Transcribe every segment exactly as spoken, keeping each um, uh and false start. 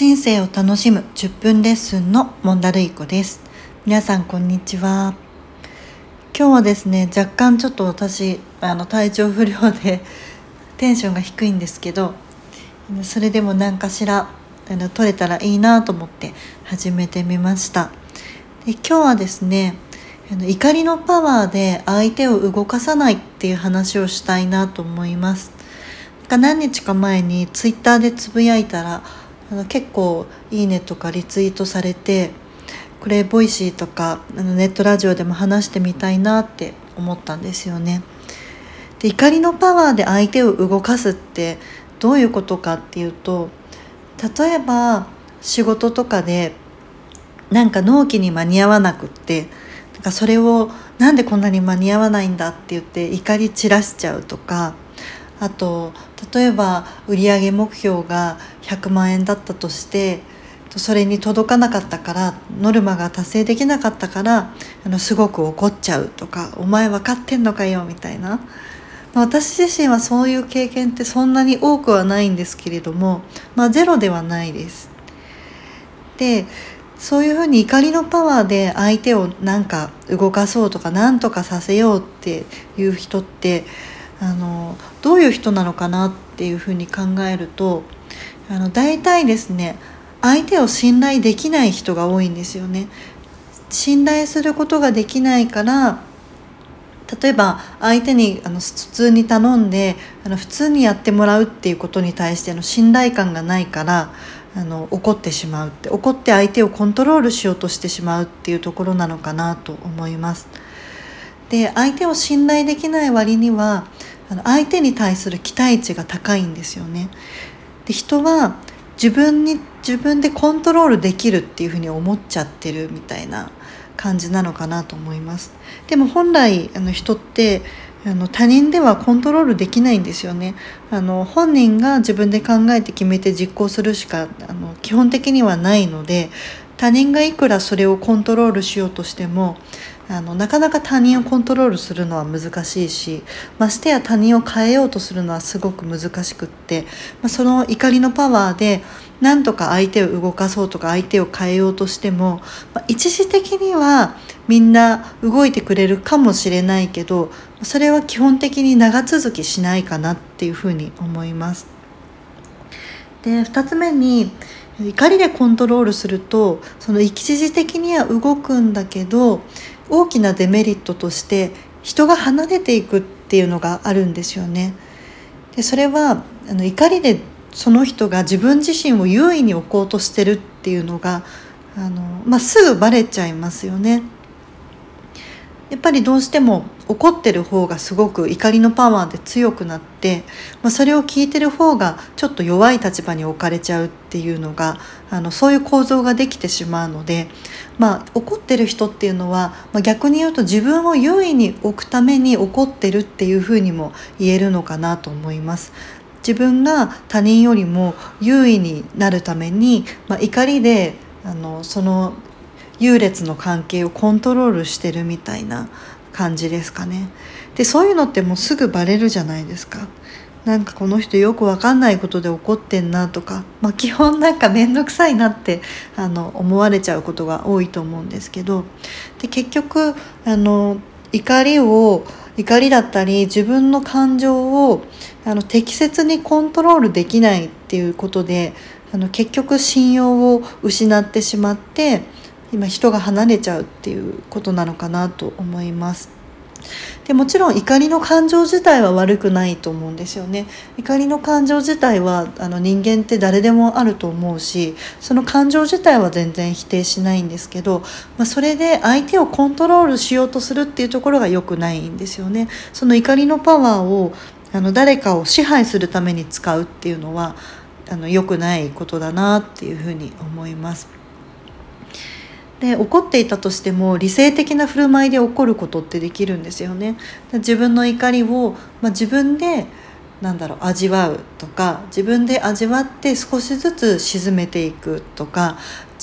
人生を楽しむじゅっぷんレッスンのモンダルイコです。皆さんこんにちは。今日はですね、若干ちょっと私あの体調不良でテンションが低いんですけど、それでも何かしらあの撮れたらいいなと思って始めてみました。で今日はですね、あの怒りのパワーで相手を動かさないっていう話をしたいなと思います。何日か前にツイッターでつぶやいたらあの結構いいねとかリツイートされて、これボイシーとかあのネットラジオでも話してみたいなって思ったんですよね。で怒りのパワーで相手を動かすってどういうことかっていうと、例えば仕事とかでなんか納期に間に合わなくってなんかそれをなんでこんなに間に合わないんだって言って怒り散らしちゃうとか、あと例えば売上目標がひゃくまんえんだったとして、それに届かなかったからノルマが達成できなかったからあのすごく怒っちゃうとか、お前分かってんのかよみたいな、まあ、私自身はそういう経験ってそんなに多くはないんですけれども、まあ、ゼロではないです。でそういうふうに怒りのパワーで相手をなんか動かそうとかなんとかさせようっていう人ってあのどういう人なのかなっていうふうに考えると、あの大体ですね、相手を信頼できない人が多いんですよね。信頼することができないから、例えば相手にあの普通に頼んであの普通にやってもらうっていうことに対しての信頼感がないからあの怒ってしまうって、怒って相手をコントロールしようとしてしまうっていうところなのかなと思います。で相手を信頼できない割にはあの相手に対する期待値が高いんですよね。で人は自分に自分でコントロールできるっていうふうに思っちゃってるみたいな感じなのかなと思います。でも本来あの人ってあの他人ではコントロールできないんですよね。あの本人が自分で考えて決めて実行するしかあの基本的にはないので、他人がいくらそれをコントロールしようとしてもあのなかなか他人をコントロールするのは難しいし、ましてや他人を変えようとするのはすごく難しくって、まあ、その怒りのパワーでなんとか相手を動かそうとか相手を変えようとしても、まあ、一時的にはみんな動いてくれるかもしれないけど、それは基本的に長続きしないかなっていうふうに思います。でふたつめに、怒りでコントロールするとその一時的には動くんだけど、大きなデメリットとして人が離れていくっていうのがあるんですよね。でそれはあの怒りでその人が自分自身を優位に置こうとしてるっていうのがあの、まあ、すぐバレちゃいますよね。やっぱりどうしても怒ってる方がすごく怒りのパワーで強くなって、まあ、それを聞いてる方がちょっと弱い立場に置かれちゃうっていうのがあのそういう構造ができてしまうので、まあ、怒ってる人っていうのは、まあ、逆に言うと自分を優位に置くために怒ってるっていうふうにも言えるのかなと思います。自分が他人よりも優位になるために、まあ、怒りであのその優劣の関係をコントロールしてるみたいな感じですかね。でそういうのってもうすぐバレるじゃないですか。なんかこの人よくわかんないことで怒ってんなとか、まあ、基本なんかめんどくさいなってあの思われちゃうことが多いと思うんですけど、で結局あの怒りを怒りだったり自分の感情をあの適切にコントロールできないっていうことであの結局信用を失ってしまって今人が離れちゃうっていうことなのかなと思います。でもちろん怒りの感情自体は悪くないと思うんですよね。怒りの感情自体はあの人間って誰でもあると思うし、その感情自体は全然否定しないんですけど、まあ、それで相手をコントロールしようとするっていうところが良くないんですよね。その怒りのパワーをあの誰かを支配するために使うっていうのはあの良くないことだなっていうふうに思います。で怒っていたとしても理性的な振る舞いで怒ることってできるんですよね。自分の怒りを、まあ、自分でなんだろう味わうとか、自分で味わって少しずつ沈めていくとか、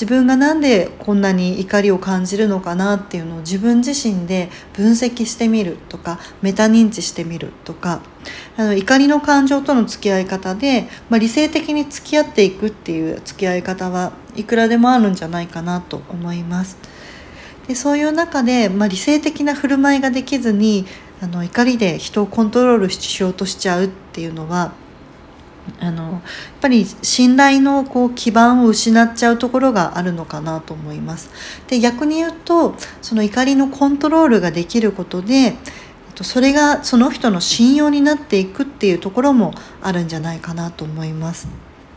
自分がなんでこんなに怒りを感じるのかなっていうのを自分自身で分析してみるとか、メタ認知してみるとか、あの怒りの感情との付き合い方で、まあ、理性的に付き合っていくっていう付き合い方はいくらでもあるんじゃないかなと思います。でそういう中で、まあ、理性的な振る舞いができずにあの怒りで人をコントロールしようとしちゃうっていうのは、あのやっぱり信頼のこう基盤を失っちゃうところがあるのかなと思います。で逆に言うと、その怒りのコントロールができることで、それがその人の信用になっていくっていうところもあるんじゃないかなと思います。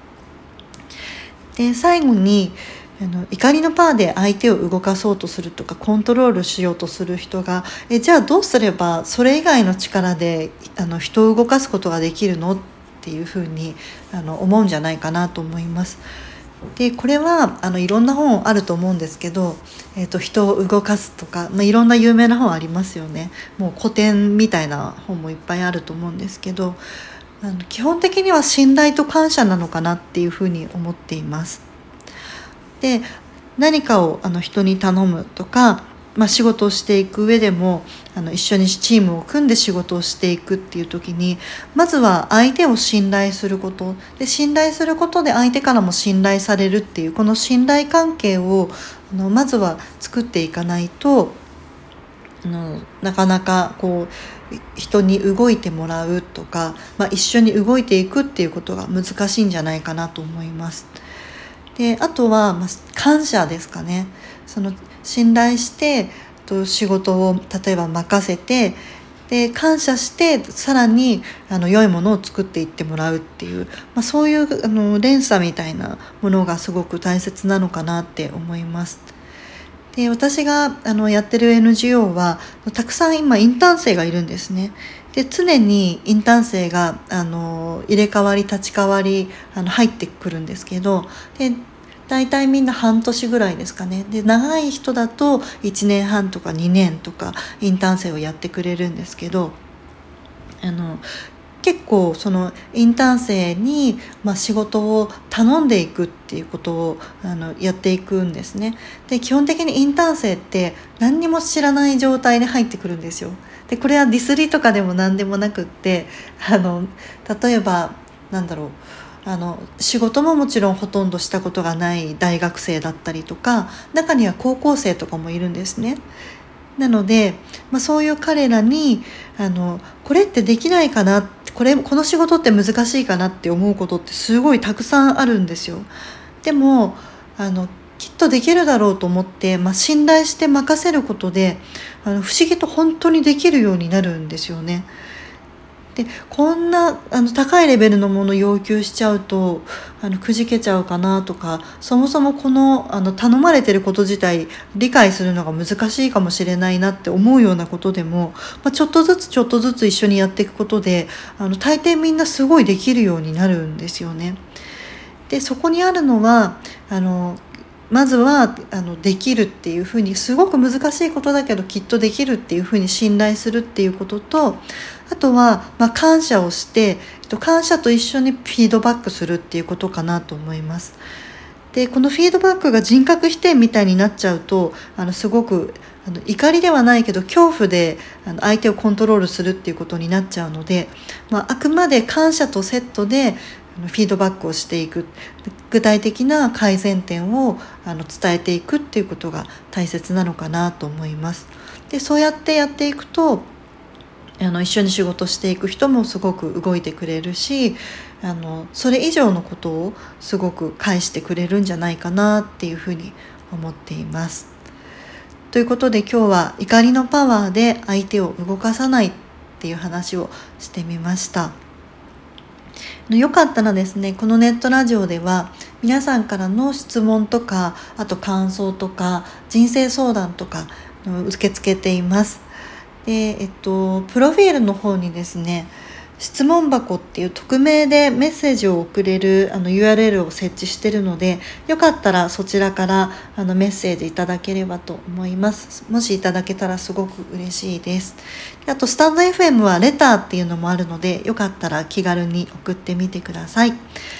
で最後に、あの怒りのパワーで相手を動かそうとするとかコントロールしようとする人が、えじゃあどうすればそれ以外の力であの人を動かすことができるのっていうふうにあの思うんじゃないかなと思います。でこれはあのいろんな本あると思うんですけど、えー、と人を動かすとか、まあ、いろんな有名な本ありますよね。もう古典みたいな本もいっぱいあると思うんですけど、あの基本的には信頼と感謝なのかなっていうふうに思っています。で何かをあの人に頼むとか、まあ、仕事をしていく上でもあの一緒にチームを組んで仕事をしていくっていう時に、まずは相手を信頼することで、信頼することで相手からも信頼されるっていうこの信頼関係をあのまずは作っていかないと、あのなかなかこう人に動いてもらうとか、まあ、一緒に動いていくっていうことが難しいんじゃないかなと思います。であとは、まあ、感謝ですかね。その信頼してと仕事を例えば任せて、で感謝してさらにあの良いものを作っていってもらうっていう、まあ、そういうあの連鎖みたいなものがすごく大切なのかなって思います。で私があのやってる エヌジーオー はたくさん今インターン生がいるんですね。で常にインターン生があの入れ替わり立ち替わりあの入ってくるんですけど、で大体みんな半年ぐらいですかね。で長い人だといちねんはんとかにねんとかインターン生をやってくれるんですけど、あの結構そのインターン生に、まあ、仕事を頼んでいくっていうことをあのやっていくんですね。で基本的にインターン生って何にも知らない状態で入ってくるんですよ。でこれはディスりとかでも何でもなくって、あの例えばなんだろうあの仕事ももちろんほとんどしたことがない大学生だったりとか、中には高校生とかもいるんですね。なので、まあ、そういう彼らにあのこれってできないかな、これこの仕事って難しいかなって思うことってすごいたくさんあるんですよ。でもあのきっとできるだろうと思って、まあ、信頼して任せることであの不思議と本当にできるようになるんですよね。でこんなあの高いレベルのものを要求しちゃうとあのくじけちゃうかなとか、そもそもこの、あの頼まれてること自体理解するのが難しいかもしれないなって思うようなことでも、まあ、ちょっとずつちょっとずつ一緒にやっていくことであの大抵みんなすごいできるようになるんですよね。でそこにあるのはあのまずはあのできるっていうふうに、すごく難しいことだけどきっとできるっていうふうに信頼するっていうことと、あとは、まあ、感謝をして感謝と一緒にフィードバックするっていうことかなと思います。でこのフィードバックが人格否定みたいになっちゃうとあのすごくあの怒りではないけど恐怖であの相手をコントロールするっていうことになっちゃうので、まあ、あくまで感謝とセットでフィードバックをしていく、具体的な改善点をあの伝えていくっていうことが大切なのかなと思います。でそうやってやっていくとあの一緒に仕事していく人もすごく動いてくれるし、あのそれ以上のことをすごく返してくれるんじゃないかなっていうふうに思っています。ということで今日は怒りのパワーで相手を動かさないっていう話をしてみました。よかったらですね、このネットラジオでは皆さんからの質問とか、あと感想とか人生相談とか受け付けています。で、えっと、プロフィールの方にですね、質問箱っていう匿名でメッセージを送れるあの ユーアールエル を設置しているので、よかったらそちらからあのメッセージいただければと思います。もしいただけたらすごく嬉しいです。あとスタンド エフエム はレターっていうのもあるので、よかったら気軽に送ってみてください。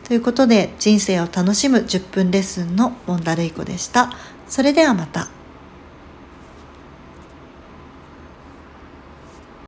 ということで、人生を楽しむじゅっぷんレッスンのモンダルイコでした。それではまた。